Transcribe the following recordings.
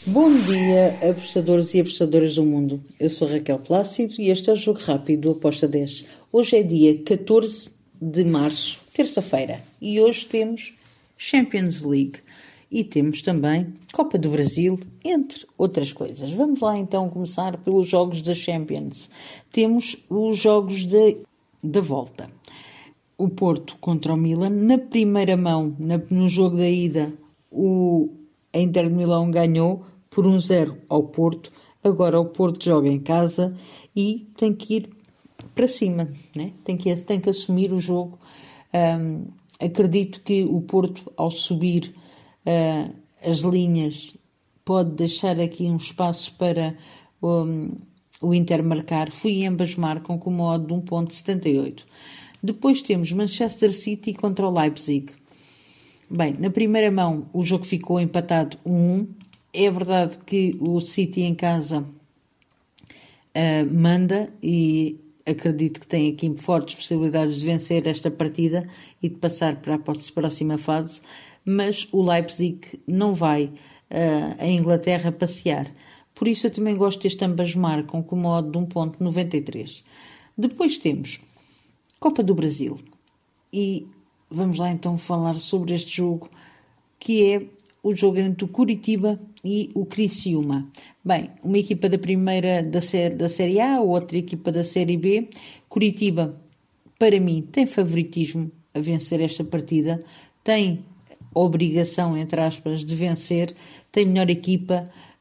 Bom dia, apostadores e apostadoras do mundo. Eu sou Raquel Plácido e este é o Jogo Rápido do Aposta 10. Hoje é dia 14 de março, terça-feira, e hoje temos Champions League e temos também Copa do Brasil, entre outras coisas. Vamos lá então começar pelos jogos da Champions. Temos os jogos da volta. O Porto contra o Milan. Na primeira mão, no jogo da ida, a Inter de Milão ganhou por 1-0 ao Porto. Agora o Porto joga em casa e tem que ir para cima, né? Tem que assumir o jogo. Acredito que o Porto, ao subir as linhas, pode deixar aqui um espaço para o Inter marcar. Fui ambas marcam com uma odd de 1.78. Depois temos Manchester City contra o Leipzig. Bem, na primeira mão o jogo ficou empatado 1-1. É verdade que o City em casa manda e acredito que tem aqui fortes possibilidades de vencer esta partida e de passar para a próxima fase, mas o Leipzig não vai à Inglaterra passear. Por isso eu também gosto deste ambas marcam com uma odd de 1.93. Depois temos Copa do Brasil e vamos lá então falar sobre este jogo, que é o jogo entre o Curitiba e o Criciúma. Bem, uma equipa da primeira da Série A, outra equipa da Série B. Curitiba, para mim, tem favoritismo a vencer esta partida, tem obrigação, entre aspas, de vencer, tem melhor equipa,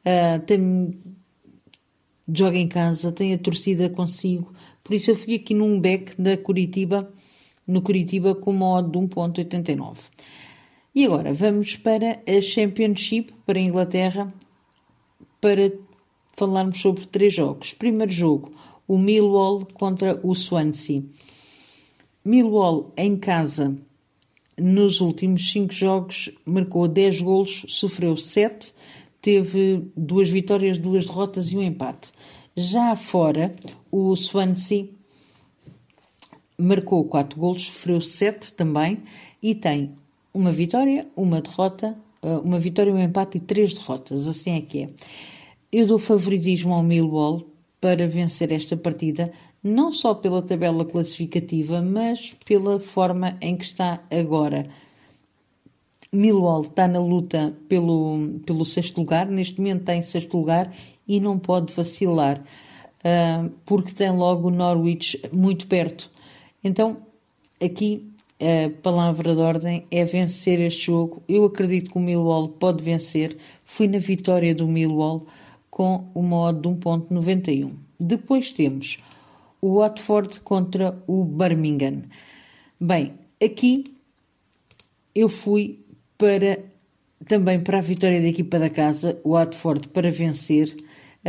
joga em casa, tem a torcida consigo. Por isso eu fui aqui num back da Curitiba, no Curitiba com uma odd de 1.89. E agora vamos para a Championship, para a Inglaterra, para falarmos sobre 3 jogos. Primeiro jogo, o Millwall contra o Swansea. Millwall em casa, nos últimos 5 jogos, marcou 10 golos, sofreu 7, teve 2 vitórias, 2 derrotas e um empate. Já fora, o Swansea marcou 4 golos, sofreu 7 também e tem uma vitória, uma derrota, uma vitória, um empate e 3 derrotas, assim é que é. Eu dou favoritismo ao Millwall para vencer esta partida, não só pela tabela classificativa, mas pela forma em que está agora. Millwall está na luta pelo 6º lugar, neste momento está em 6º lugar e não pode vacilar, porque tem logo o Norwich muito perto. Então, aqui a palavra de ordem é vencer este jogo. Eu acredito que o Millwall pode vencer. Fui na vitória do Millwall com uma odd de 1.91. Depois temos o Watford contra o Birmingham. Bem, aqui eu fui também para a vitória da equipa da casa, o Watford para vencer.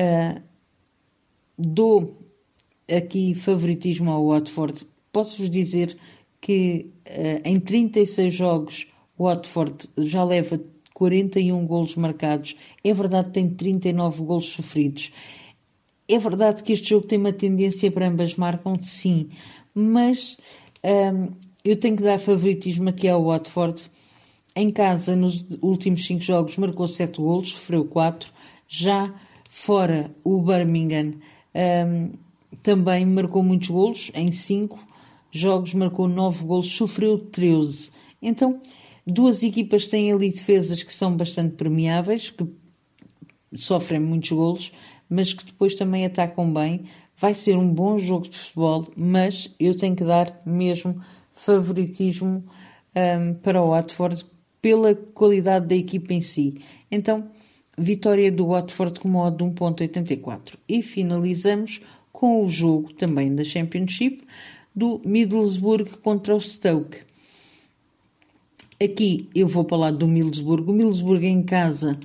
Dou aqui favoritismo ao Watford. Posso-vos dizer que em 36 jogos o Watford já leva 41 golos marcados. É verdade que tem 39 golos sofridos. É verdade que este jogo tem uma tendência para ambas marcam, sim, mas eu tenho que dar favoritismo aqui ao Watford. Em casa, nos últimos 5 jogos, marcou 7 golos, sofreu 4. Já fora, o Birmingham também marcou muitos golos, em 5 jogos marcou 9 golos, sofreu 13. Então, 2 equipas têm ali defesas que são bastante permeáveis, que sofrem muitos golos, mas que depois também atacam bem. Vai ser um bom jogo de futebol, mas eu tenho que dar mesmo favoritismo para o Watford pela qualidade da equipa em si. Então, vitória do Watford com uma odd de 1.84. E finalizamos com o jogo também da Championship do Middlesbrough contra o Stoke. Aqui eu vou para o lado do Middlesbrough. O Middlesbrough em casa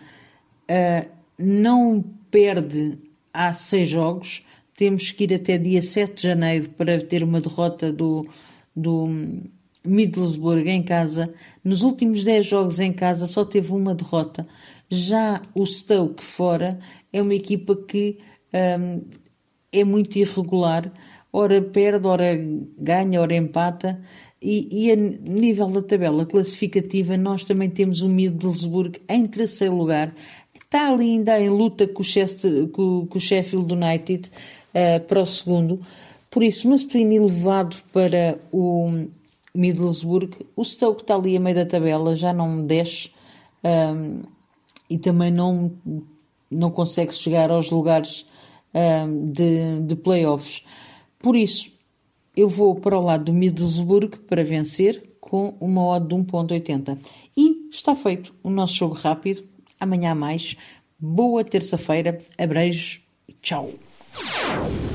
não perde há 6 jogos. Temos que ir até dia 7 de janeiro para ter uma derrota do Middlesbrough em casa. Nos últimos 10 jogos em casa só teve uma derrota. Já o Stoke fora é uma equipa que é muito irregular. Ora perde, ora ganha, ora empata. E a nível da tabela classificativa, nós também temos o Middlesbrough em 3º lugar. está ali ainda em luta com o Sheffield United para o segundo. Por isso, must-win elevado para o Middlesbrough. O Stoke está ali a meio da tabela, já não desce e também não consegue chegar aos lugares de playoffs. Por isso, eu vou para o lado do Middlesbrough para vencer com uma odd de 1.80. E está feito o nosso jogo rápido. Amanhã há mais. Boa terça-feira. Abreijos e tchau.